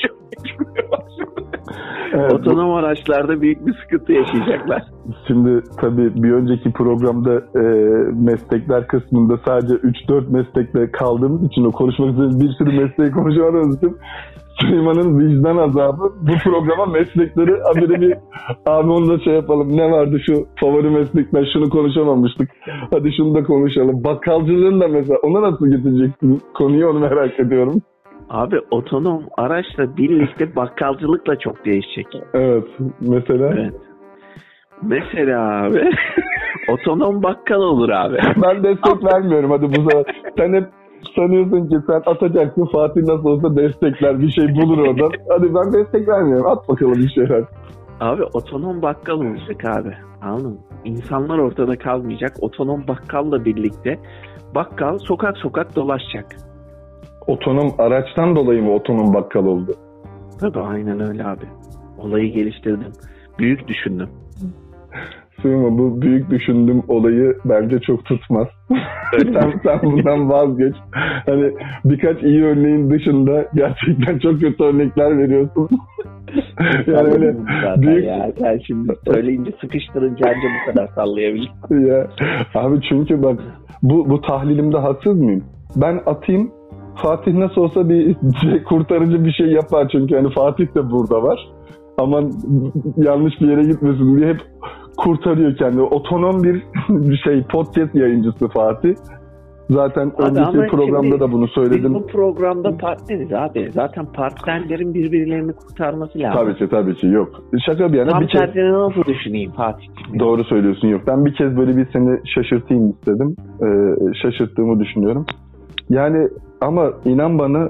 evet, otonom bu... araçlarda büyük bir sıkıntı yaşayacaklar. Şimdi tabii bir önceki programda e, meslekler kısmında sadece üç dört meslekle kaldığımız için, o konuşmak üzere bir sürü mesleği konuşamadığımız için Süleyman'ın vicdan azabı bu programa meslekleri haberi bir abi onu da şey yapalım, ne vardı şu favori meslekler, şunu konuşamamıştık, hadi şunu da konuşalım. Bakkalcılığın da mesela, ona nasıl getireceksin konuyu, onu merak ediyorum. Abi otonom araçla birlikte bakkalcılıkla çok değişecek. Evet mesela. Evet. Mesela abi otonom bakkal olur abi. Ben destek vermiyorum hadi bu sefer. Sen hep sanıyorsun ki sen atacaksın, Fatih nasıl olsa destekler, bir şey bulur oradan. Hadi ben destek vermiyorum, at bakalım bir şeyler. Abi otonom bakkal olacak abi. Anladın mı? İnsanlar ortada kalmayacak. Otonom bakkalla birlikte bakkal sokak sokak dolaşacak. Otonom araçtan dolayı mı otonom bakkal oldu? Tabii aynen öyle abi. Olayı geliştirdim. Büyük düşündüm. Süleyman, bu büyük düşündüğüm olayı bence çok tutmaz. sen, sen bundan vazgeç. Hani birkaç iyi örneğin dışında gerçekten çok kötü örnekler veriyorsun. Yani öyle büyük... Ya. Sen şimdi söyleyince sıkıştırınca anca bu kadar sallayabilirsin. Ya, abi çünkü bak bu, bu tahlilimde haksız mıyım? Ben atayım, Fatih nasıl olsa bir kurtarıcı bir şey yapar çünkü hani Fatih de burada var. Aman yanlış bir yere gitmesin diye hep kurtarıyor kendini. Otonom bir şey podcast yayıncısı Fatih. Zaten abi önceki programda da bunu söyledim. Biz bu programda partneriz abi. Zaten partnerlerin birbirlerini kurtarması lazım. Tabii ki tabii ki yok. Şaka bir yana tam bir kez... tersine nasıl düşüneyim Fatih? Doğru söylüyorsun, yok. Ben bir kez böyle bir seni şaşırtayım istedim. Ee, şaşırttığımı düşünüyorum. Yani ama inan bana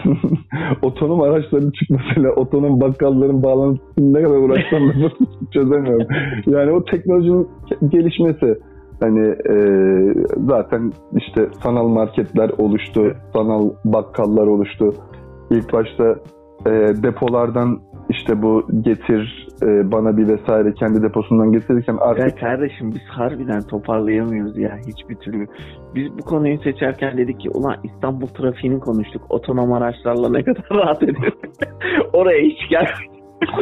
otonom araçların çıkmasıyla otonom bakkalların bağlantısını ne kadar uğraşsam da çözemiyorum. Yani o teknolojinin gelişmesi, hani e, zaten işte sanal marketler oluştu, sanal bakkallar oluştu. İlk başta e, depolardan işte bu getir e, bana bir vesaire kendi deposundan getirirken artık... Ya kardeşim biz harbiden toparlayamıyoruz ya hiçbir türlü. Biz bu konuyu seçerken dedik ki ulan İstanbul trafiğini konuştuk. Otonom araçlarla ne kadar rahat ediyoruz. Oraya hiç gelmedik.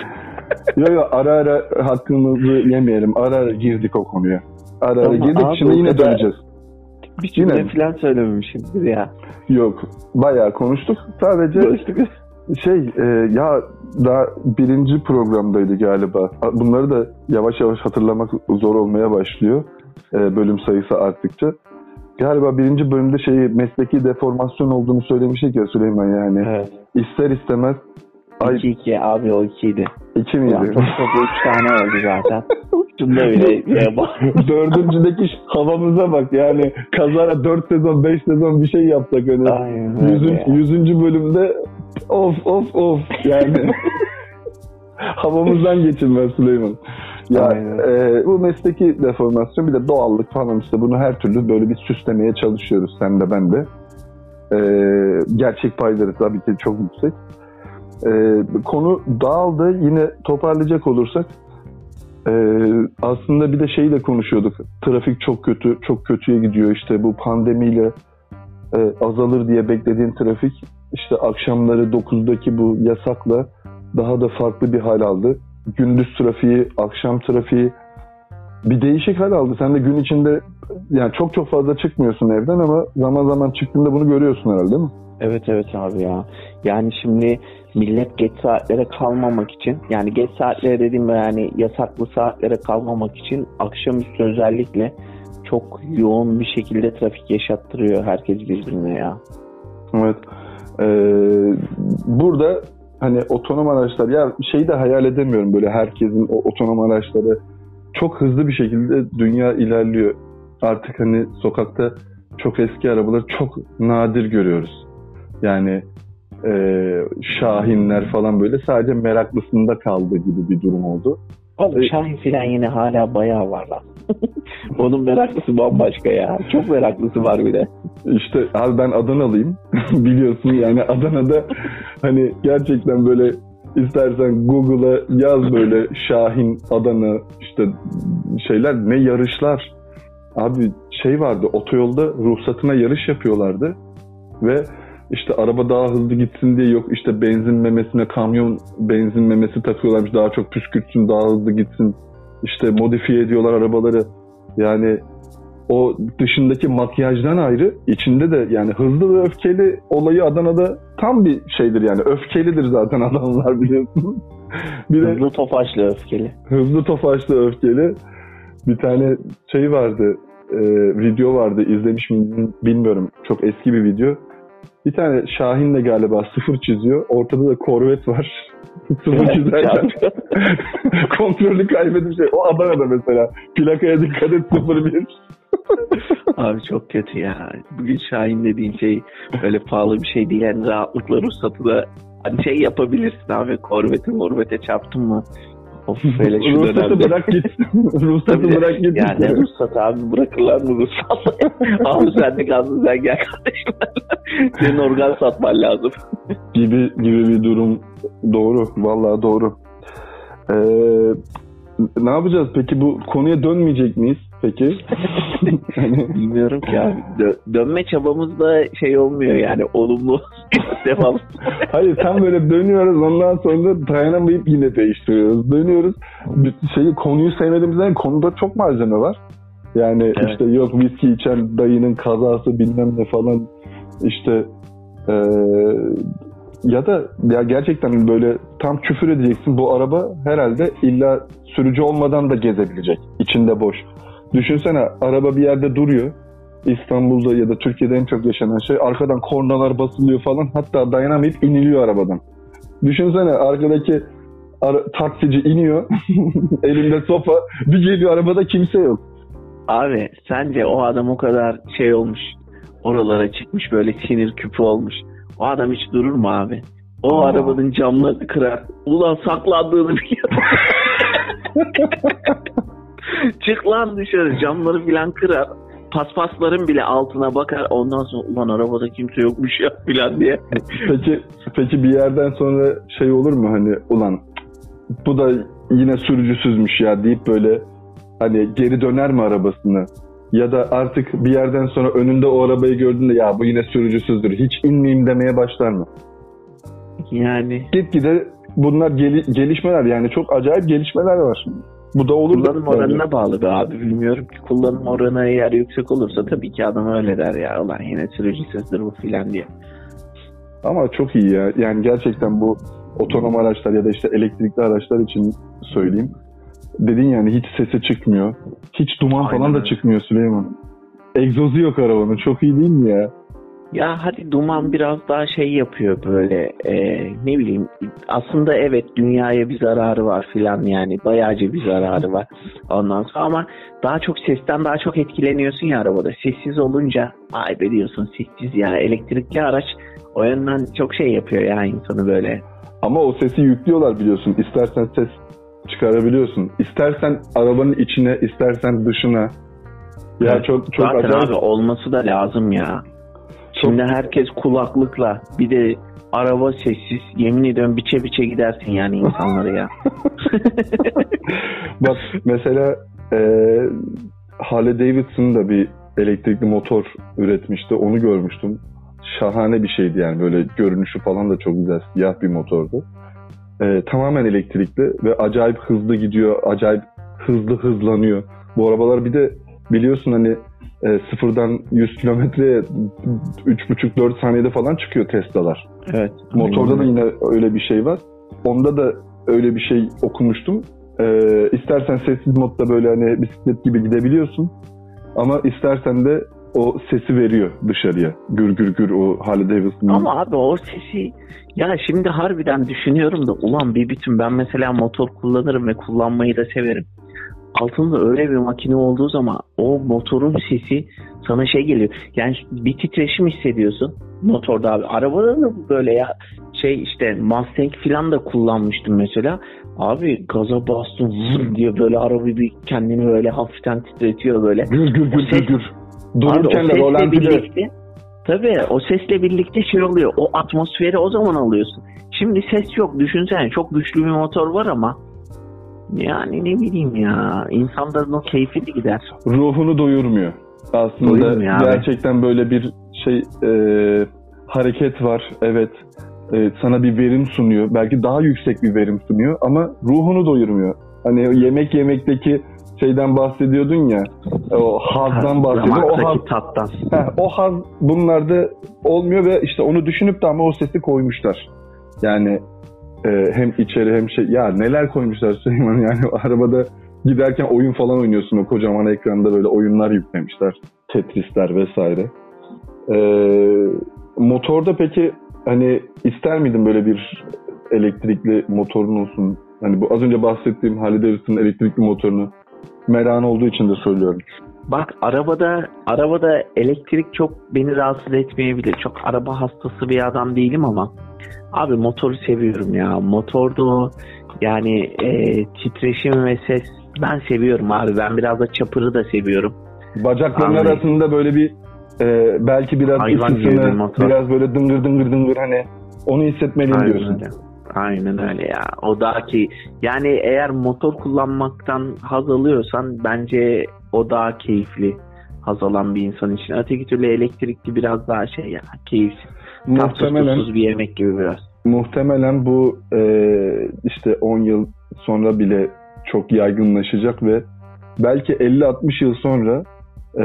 Yok yok, ara ara hakkımızı yemeyelim. Ara ara girdik o konuya. Ara ara Ama girdik, şimdi yine döneceğiz. Bir cümle yine... falan söylememişimdir ya. Yok, bayağı konuştuk. Sadece konuştuk. şey e, ya daha birinci programdaydı galiba. Bunları da yavaş yavaş hatırlamak zor olmaya başlıyor. E, bölüm sayısı arttıkça. Galiba birinci bölümde şeyi mesleki deformasyon olduğunu söylemiştik ya Süleyman yani. Evet. İster istemez. iki iki abi o ikiydi. iki miydi? Çok çok üç tane oldu zaten. Şunda bile dördüncüdeki havamıza bak yani kazara dört sezon beş sezon bir şey yapsak hani. Aynen, Yüzün, yüzüncü bölümde of of of yani. Havamızdan geçilmez Süleyman. Ya e, bu mesleki deformasyon bir de doğallık falan işte bunu her türlü böyle bir süslemeye çalışıyoruz sen de ben de. E, gerçek payları tabii ki çok yüksek. E, konu dağıldı, yine toparlayacak olursak e, aslında bir de şeyi de konuşuyorduk. Trafik çok kötü, çok kötüye gidiyor işte bu pandemiyle e, azalır diye beklediğin trafik işte akşamları dokuzdaki bu yasakla daha da farklı bir hal aldı. Gündüz trafiği, akşam trafiği bir değişik hal aldı. Sen de gün içinde yani çok çok fazla çıkmıyorsun evden ama zaman zaman çıktığında bunu görüyorsun herhalde değil mi? Evet evet abi ya. Yani şimdi millet geç saatlere kalmamak için yani geç saatlere dediğim yani yasaklı saatlere kalmamak için akşamüstü özellikle çok yoğun bir şekilde trafik yaşattırıyor herkes birbirine ya. Evet. Ee, burada hani otonom araçlar ya şeyi de hayal edemiyorum böyle herkesin o otonom araçları çok hızlı bir şekilde dünya ilerliyor. Artık hani sokakta çok eski arabaları çok nadir görüyoruz. Yani e, Şahinler falan böyle sadece meraklısında kaldı gibi bir durum oldu. Oğlum Şahin filan yine hala bayağı var lan. Onun meraklısı bambaşka ya. Çok meraklısı var bir de. İşte abi ben Adanalıyım. Biliyorsun yani Adana'da hani gerçekten böyle istersen Google'a yaz böyle Şahin, Adana işte şeyler ne yarışlar. Abi şey vardı otoyolda ruhsatına yarış yapıyorlardı ve İşte araba daha hızlı gitsin diye yok işte benzin memesine kamyon benzin memesi takıyorlarmış daha çok püskürtsün daha hızlı gitsin. İşte modifiye ediyorlar arabaları. Yani o dışındaki makyajdan ayrı içinde de yani hızlı ve öfkeli olayı Adana'da tam bir şeydir yani öfkelidir zaten Adanalılar biliyorsun. Bir hızlı tofaşlı öfkeli. Hızlı tofaşlı öfkeli. Bir tane şey vardı e, video vardı izlemiş miyim bilmiyorum çok eski bir video. Bir tane Şahin'le galiba sıfır çiziyor. Ortada da Corvette var. Sıfır çizerken kontrolü kaybedip şey. O Adana'da mesela. Plakaya dikkat et sıfır bir. Abi çok kötü ya. Bugün Şahin dediğin şey öyle pahalı bir şey değil. Yani rahatlıkla ruhsatı da hani şey yapabilirsin abi. Corvette'e Corvette'e çarptın mı? Of böyle şu ruhsatı dönemde. bırak git. Ruhsatı bırak git. Yani ruhsat abi bırakırlar mı ruhsat? Abi sen de kaldın sen gel kardeşim. Senin organ satman lazım. gibi gibi bir durum doğru. Vallahi doğru. Ee, ne yapacağız? Peki bu konuya dönmeyecek miyiz? Peki? Hani... Bilmiyorum ki abi. Dö- dönme çabamız da şey olmuyor yani olumlu devam. Hayır tam böyle dönüyoruz ondan sonra dayanamayıp yine değiştiriyoruz. Dönüyoruz. Şeyi, konuyu sevmediğimizden konuda çok malzeme var. Yani evet. işte yok viski içen dayının kazası bilmem ne falan işte ee, ya da ya gerçekten böyle tam küfür edeceksin bu araba herhalde illa sürücü olmadan da gezebilecek. İçinde boş. Düşünsene araba bir yerde duruyor. İstanbul'da ya da Türkiye'de en çok yaşanan şey arkadan kornalar basılıyor falan hatta dayanamayıp iniliyor arabadan. Düşünsene arkadaki ara, taksici iniyor elinde sopa bir geliyor arabada kimse yok. Abi sence o adam o kadar şey olmuş oralara çıkmış böyle sinir küpü olmuş. O adam hiç durur mu abi? O Aa. arabanın camlarını kırar. Ulan saklandığını biliyor. Çık lan dışarı camları filan kırar. Paspasların bile altına bakar. Ondan sonra ulan arabada kimse yokmuş ya filan diye. Peki peki bir yerden sonra şey olur mu hani ulan bu da yine sürücüsüzmüş ya deyip böyle hani geri döner mi arabasına? Ya da artık bir yerden sonra önünde o arabayı gördüğünde ya bu yine sürücüsüzdür. Hiç inmeyeyim demeye başlar mı? Yani. Gitgide bunlar gel- gelişmeler yani çok acayip gelişmeler var. Bu da olur. Kullanım oranına yani. Bağlı be abi. Bilmiyorum ki kullanım oranı eğer yüksek olursa tabii ki adam öyle der ya. Ulan yine sürücüsüzdür bu filan diye. Ama çok iyi ya. Yani gerçekten bu otonom araçlar ya da işte elektrikli araçlar için söyleyeyim. Dedin yani hiç sesi çıkmıyor. Hiç duman Aynen. falan da çıkmıyor Süleyman. Egzozu yok arabanın. Çok iyi değil mi ya? Ya hadi duman biraz daha şey yapıyor böyle e, ne bileyim aslında evet dünyaya bir zararı var filan yani bayağıca bir zararı var ondan sonra ama daha çok sesten daha çok etkileniyorsun ya arabada. Sessiz olunca ay be diyorsun sessiz ya elektrikli araç o yönden çok şey yapıyor ya insanı böyle. Ama o sesi yüklüyorlar biliyorsun istersen ses çıkarabiliyorsun. İstersen arabanın içine istersen dışına. Ya evet, çok çok zaten acayip. Abi olması da lazım ya. Şimdi çok... herkes kulaklıkla bir de araba sessiz yemin ediyorum biçe biçe gidersin yani insanları ya. Bak mesela e, Harley Davidson da bir elektrikli motor üretmişti. Onu görmüştüm. Şahane bir şeydi yani böyle görünüşü falan da çok güzel siyah bir motordu. Ee, tamamen elektrikli ve acayip hızlı gidiyor, acayip hızlı hızlanıyor. Bu arabalar bir de biliyorsun hani e, sıfırdan yüz kilometreye üç buçuk dört saniyede falan çıkıyor Tesla'lar. Evet. Motorda da yine öyle bir şey var. Onda da öyle bir şey okumuştum. Ee, istersen sessiz modda böyle hani bisiklet gibi gidebiliyorsun. Ama istersen de o sesi veriyor dışarıya. Gür gür gür o Harley Davidson'ın. Ama abi o sesi ya şimdi harbiden düşünüyorum da ulan bir bütün ben mesela motor kullanırım ve kullanmayı da severim. Altında öyle bir makine olduğu zaman o motorun sesi sana şey geliyor. Yani bir titreşim hissediyorsun motorda abi. Arabada da böyle ya şey işte Mustang falan da kullanmıştım mesela. Abi gaza bastım vur diye böyle arabayı bir kendini böyle hafiften titretiyor böyle. Gür gür gür ses, gür. Dururken de rolantide. Tabii o sesle birlikte şey oluyor. O atmosferi o zaman alıyorsun. Şimdi ses yok. Düşünsene çok güçlü bir motor var ama yani ne bileyim ya insanların o keyfi de gider. Ruhunu doyurmuyor. Aslında doyurmuyor gerçekten abi. Böyle bir şey e, hareket var. Evet. E, sana bir verim sunuyor. Belki daha yüksek bir verim sunuyor ama ruhunu doyurmuyor. Hani yemek yemekteki şeyden bahsediyordun ya, o hazdan bahsediyordun. O haz, tattan. Heh, o haz bunlarda olmuyor ve işte onu düşünüp de ama o sesi koymuşlar. Yani e, hem içeri hem şey, ya neler koymuşlar Süleyman yani arabada giderken oyun falan oynuyorsun o kocaman ekranda böyle oyunlar yüklemişler. Tetris'ler vesaire. E, motorda peki hani ister miydin böyle bir elektrikli motorun olsun? Hani bu az önce bahsettiğim Harley Davidson'ın elektrikli motorunu merakın olduğu için de söylüyorum. Bak arabada arabada elektrik çok beni rahatsız etmeyebilir. Çok araba hastası bir adam değilim ama abi motoru seviyorum ya. Motorda o yani e, titreşim ve ses ben seviyorum abi. Ben biraz da çapırı da seviyorum. Bacakların abi, arasında böyle bir e, belki biraz ısısını biraz böyle dıngır dıngır dıngır hani onu hissetmeliyim aynen diyorsun. Öyle. Aynen öyle ya. O daha ki yani eğer motor kullanmaktan haz alıyorsan bence o daha keyifli haz alan bir insan için. Öteki türlü elektrikli biraz daha şey ya keyifsiz. Muhtemelen Tatsız bir yemek gibi biraz. Muhtemelen bu e, işte on yıl sonra bile çok yaygınlaşacak ve belki elli altmış yıl sonra e,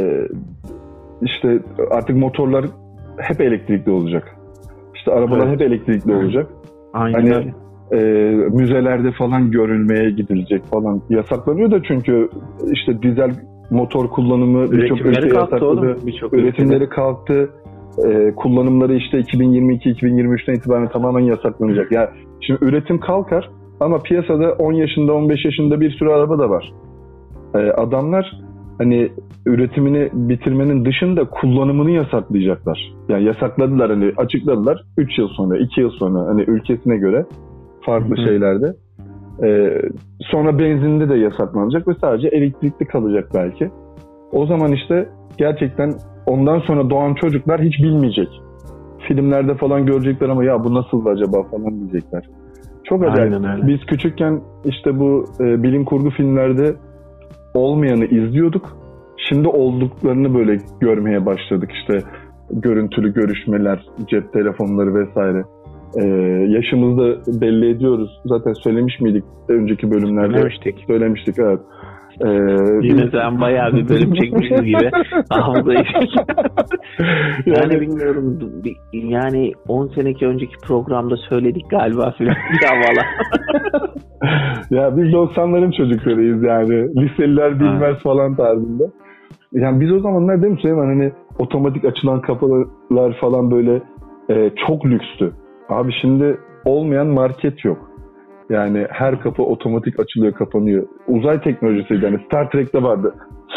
işte artık motorlar hep elektrikli olacak. İşte arabalar Evet. hep elektrikli olacak. Aynen hani öyle. e, müzelerde falan görülmeye gidilecek falan. Yasaklanıyor da çünkü işte dizel motor kullanımı birçok Üretimleri ülke kalktı yasakladı. oğlum. Birçok Üretimleri ülkede. kalktı. E, kullanımları işte iki bin yirmi iki iki bin yirmi üçten itibaren tamamen yasaklanacak. Yani şimdi üretim kalkar ama piyasada on yaşında on beş yaşında bir sürü araba da var. E, adamlar hani üretimini bitirmenin dışında kullanımını yasaklayacaklar. Yani yasakladılar, hani açıkladılar. üç yıl sonra, iki yıl sonra hani ülkesine göre farklı Hı-hı. şeylerde. Ee, sonra benzinde de yasaklanacak ve sadece elektrikli kalacak belki. O zaman işte gerçekten ondan sonra doğan çocuklar hiç bilmeyecek. Filmlerde falan görecekler ama ya bu nasıldı acaba falan diyecekler. Çok acayip. Biz küçükken işte bu e, bilim kurgu filmlerde olmayanı izliyorduk. Şimdi olduklarını böyle görmeye başladık. İşte görüntülü görüşmeler, cep telefonları vesaire. Ee, yaşımızda belli ediyoruz. Zaten söylemiş miydik önceki bölümlerde? Söylemiştik. Söylemiştik, evet. Ee, Yine sen bayağı bir bölüm çekmişiz gibi. Hafızayı yani, yani bilmiyorum. Yani on seneki önceki programda söyledik galiba filan. Ya ya biz doksanların çocuklarıyız yani. Liseliler bilmez ha. falan tarzında. Yani biz o zamanlar değil mi Süleyman, hani otomatik açılan kapılar falan böyle e, çok lükstü. Abi şimdi olmayan market yok. Yani her kapı otomatik açılıyor, kapanıyor. Uzay teknolojisiydi. Yani Star Trek'te vardı.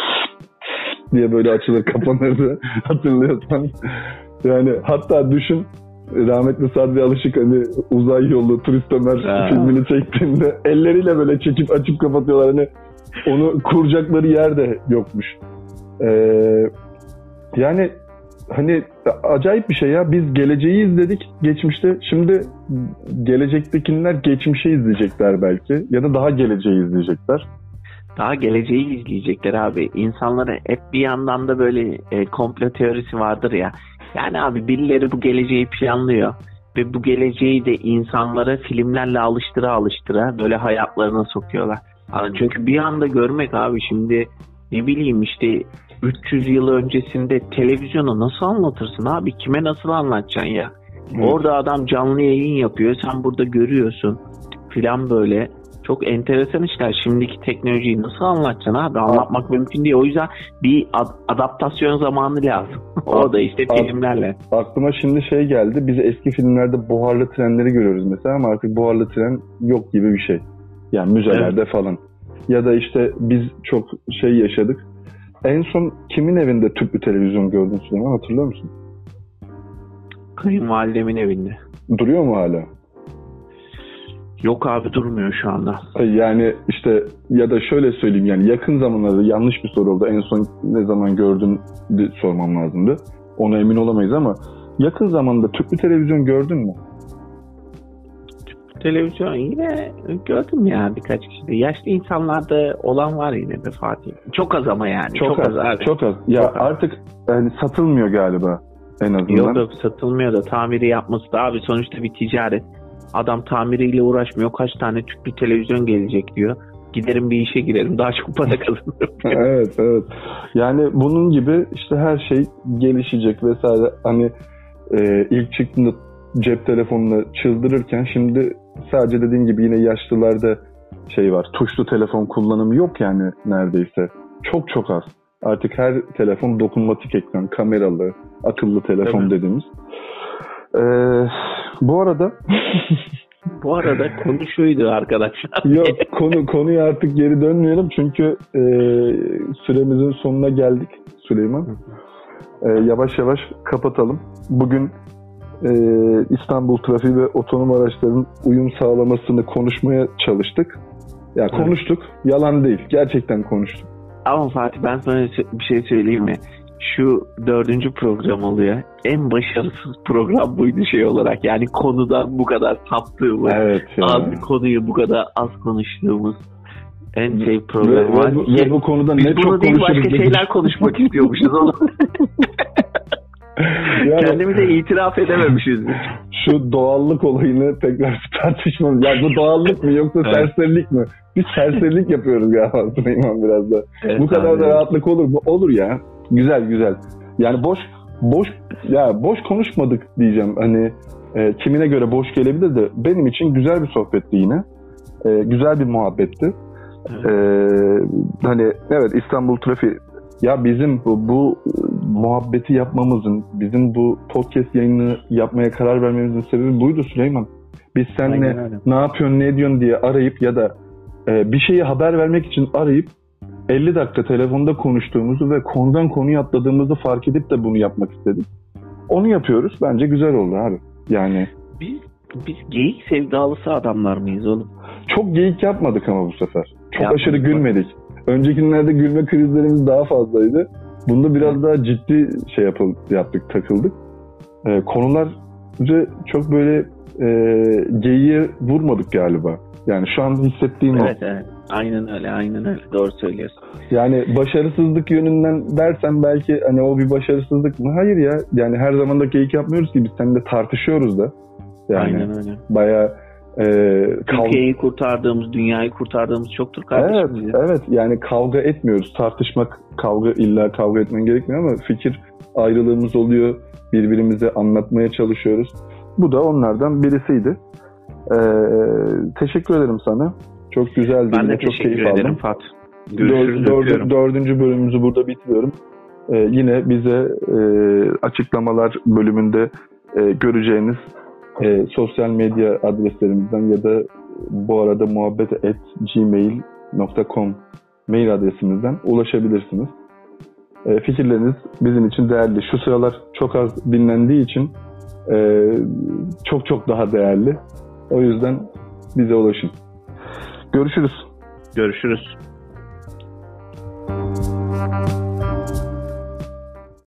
diye böyle açılır, kapanırdı. Hatırlıyorsan. Yani hatta düşün, rahmetli Sadri Alışık hani Uzay Yolu, Turist Ömer ha. filmini çektiğinde elleriyle böyle çekip açıp kapatıyorlar. Hani onu kuracakları yer de yokmuş. Ee, yani hani acayip bir şey ya. Biz geleceği izledik geçmişte. Şimdi gelecektekiler geçmişi izleyecekler belki. Ya da daha geleceği izleyecekler. Daha geleceği izleyecekler abi. İnsanlara hep bir yandan da böyle e, komplo teorisi vardır ya. Yani abi birileri bu geleceği planlıyor. Ve bu geleceği de insanlara filmlerle alıştıra alıştıra böyle hayatlarına sokuyorlar. Yani çünkü bir anda görmek abi, şimdi ne bileyim işte üç yüz yıl öncesinde televizyonu nasıl anlatırsın abi? Kime nasıl anlatacaksın ya? Evet. Orada adam canlı yayın yapıyor. Sen burada görüyorsun filan böyle. Çok enteresan işler. Şimdiki teknolojiyi nasıl anlatacaksın abi? Anlatmak A- mümkün değil. O yüzden bir ad- adaptasyon zamanı lazım. O da işte A- filmlerle. Aklıma şimdi şey geldi. Biz eski filmlerde buharlı trenleri görüyoruz mesela ama artık buharlı tren yok gibi bir şey. Yani müzelerde evet. falan. Ya da işte biz çok şey yaşadık. En son kimin evinde tüplü televizyon gördün Süleyman, hatırlıyor musun? Kayınvalidemin evinde. Duruyor mu hala? Yok abi, durmuyor şu anda. Yani işte ya da şöyle söyleyeyim, yani yakın zamanlarda yanlış bir soru oldu. En son ne zaman gördün sormam lazımdı. Ona emin olamayız ama yakın zamanda tüplü televizyon gördün mü? Tüplü televizyon yine gördüm ya birkaç kişide. Yaşlı insanlarda olan var yine de Fatih. Çok az ama yani. Çok, çok az, az abi. Çok az. Ya çok artık az. Yani satılmıyor galiba en azından. Yok yok, satılmıyor da tamiri yapması da abi sonuçta bir ticaret. Adam tamiriyle uğraşmıyor. Kaç tane tüplü televizyon gelecek diyor. Giderim bir işe girerim. Daha çok para kazanırım. evet evet. Yani bunun gibi işte her şey gelişecek vesaire. Hani e, ilk çıktığında cep telefonla çıldırırken şimdi sadece dediğin gibi yine yaşlılarda şey var. Tuşlu telefon kullanımı yok yani neredeyse. Çok çok az. Artık her telefon dokunmatik ekran, kameralı, akıllı telefon dediğimiz. Ee, bu arada bu arada konu şuydu arkadaşlar. Yok, konu konuya artık geri dönmeyelim çünkü e, süremizin sonuna geldik Süleyman. E, yavaş yavaş kapatalım. Bugün e, İstanbul trafiği ve otonom araçların uyum sağlamasını konuşmaya çalıştık. Ya yani konuştuk, yalan değil. Gerçekten konuştuk. Ama Fatih, ben sana bir şey söyleyeyim mi? şu dördüncü program oluyor. En başarısız program buydu şey olarak. Yani konudan bu kadar saptığımız, Evet ya. az bir konuyu bu kadar az konuştuğumuz en şey program Ve, var. ve, ve bu konuda Biz ne bunu çok değil konuşuruz. başka şeyler konuşmak istiyormuşuz oğlum. Yani, Kendimize itiraf edememişiz. şu doğallık olayını tekrar tartışmamız. Ya bu doğallık mı yoksa Evet. serserilik mi? Biz serserilik yapıyoruz galiba Süleyman biraz da. Evet, Bu kadar abi. da rahatlık olur mu? Olur ya. Güzel güzel. Yani boş boş ya boş konuşmadık diyeceğim. Hani e, kimine göre boş gelebilir de benim için güzel bir sohbetti yine. E, güzel bir muhabbetti. Evet. E, hani evet İstanbul trafiği ya bizim bu, bu muhabbeti yapmamızın, bizim bu podcast yayını yapmaya karar vermemizin sebebi buydu Süleyman. Biz seninle ne yapıyorsun, ne ediyorsun diye arayıp ya da e, bir şeyi haber vermek için arayıp elli dakika telefonda konuştuğumuzu ve konudan konuya atladığımızı fark edip de bunu yapmak istedik. Onu yapıyoruz. Bence güzel oldu abi. Yani Biz, biz geyik sevdalısı adamlar mıyız oğlum? çok geyik yapmadık ama bu sefer. Çok Yapmadık aşırı gülmedik. Önceki günlerde gülme krizlerimiz daha fazlaydı. Bunda biraz daha ciddi şey yapalım, yaptık, takıldık. Ee, konular çok böyle e, geyiğe vurmadık galiba. Yani şu an hissettiğim Evet o. evet. Aynen öyle, aynen öyle. Doğru söylüyorsun. Yani başarısızlık yönünden dersen belki hani o bir başarısızlık mı? Hayır ya. Yani her zaman da geyik yapmıyoruz ki biz seninle tartışıyoruz da. Yani Aynen öyle. bayağı e, kavga... Ülkeyi kurtardığımız, dünyayı kurtardığımız çoktur kardeşim. Evet, ya. evet. Yani kavga etmiyoruz. Tartışmak, kavga illa kavga etmen gerekmiyor ama fikir ayrılığımız oluyor. Birbirimize anlatmaya çalışıyoruz. Bu da onlardan birisiydi. Ee, teşekkür ederim sana. Çok güzeldi. Ben de Çok teşekkür keyif ederim aldım. Fat. Görüşürüz. Dör, öpüyorum. dördü, dördüncü bölümümüzü burada bitiriyorum. Ee, yine bize e, açıklamalar bölümünde e, göreceğiniz e, sosyal medya adreslerimizden ya da bu arada muhabbet at gmail nokta com mail adresimizden ulaşabilirsiniz. E, fikirleriniz bizim için değerli. Şu sıralar çok az dinlendiği için e, çok çok daha değerli. O yüzden bize ulaşın. Görüşürüz. Görüşürüz.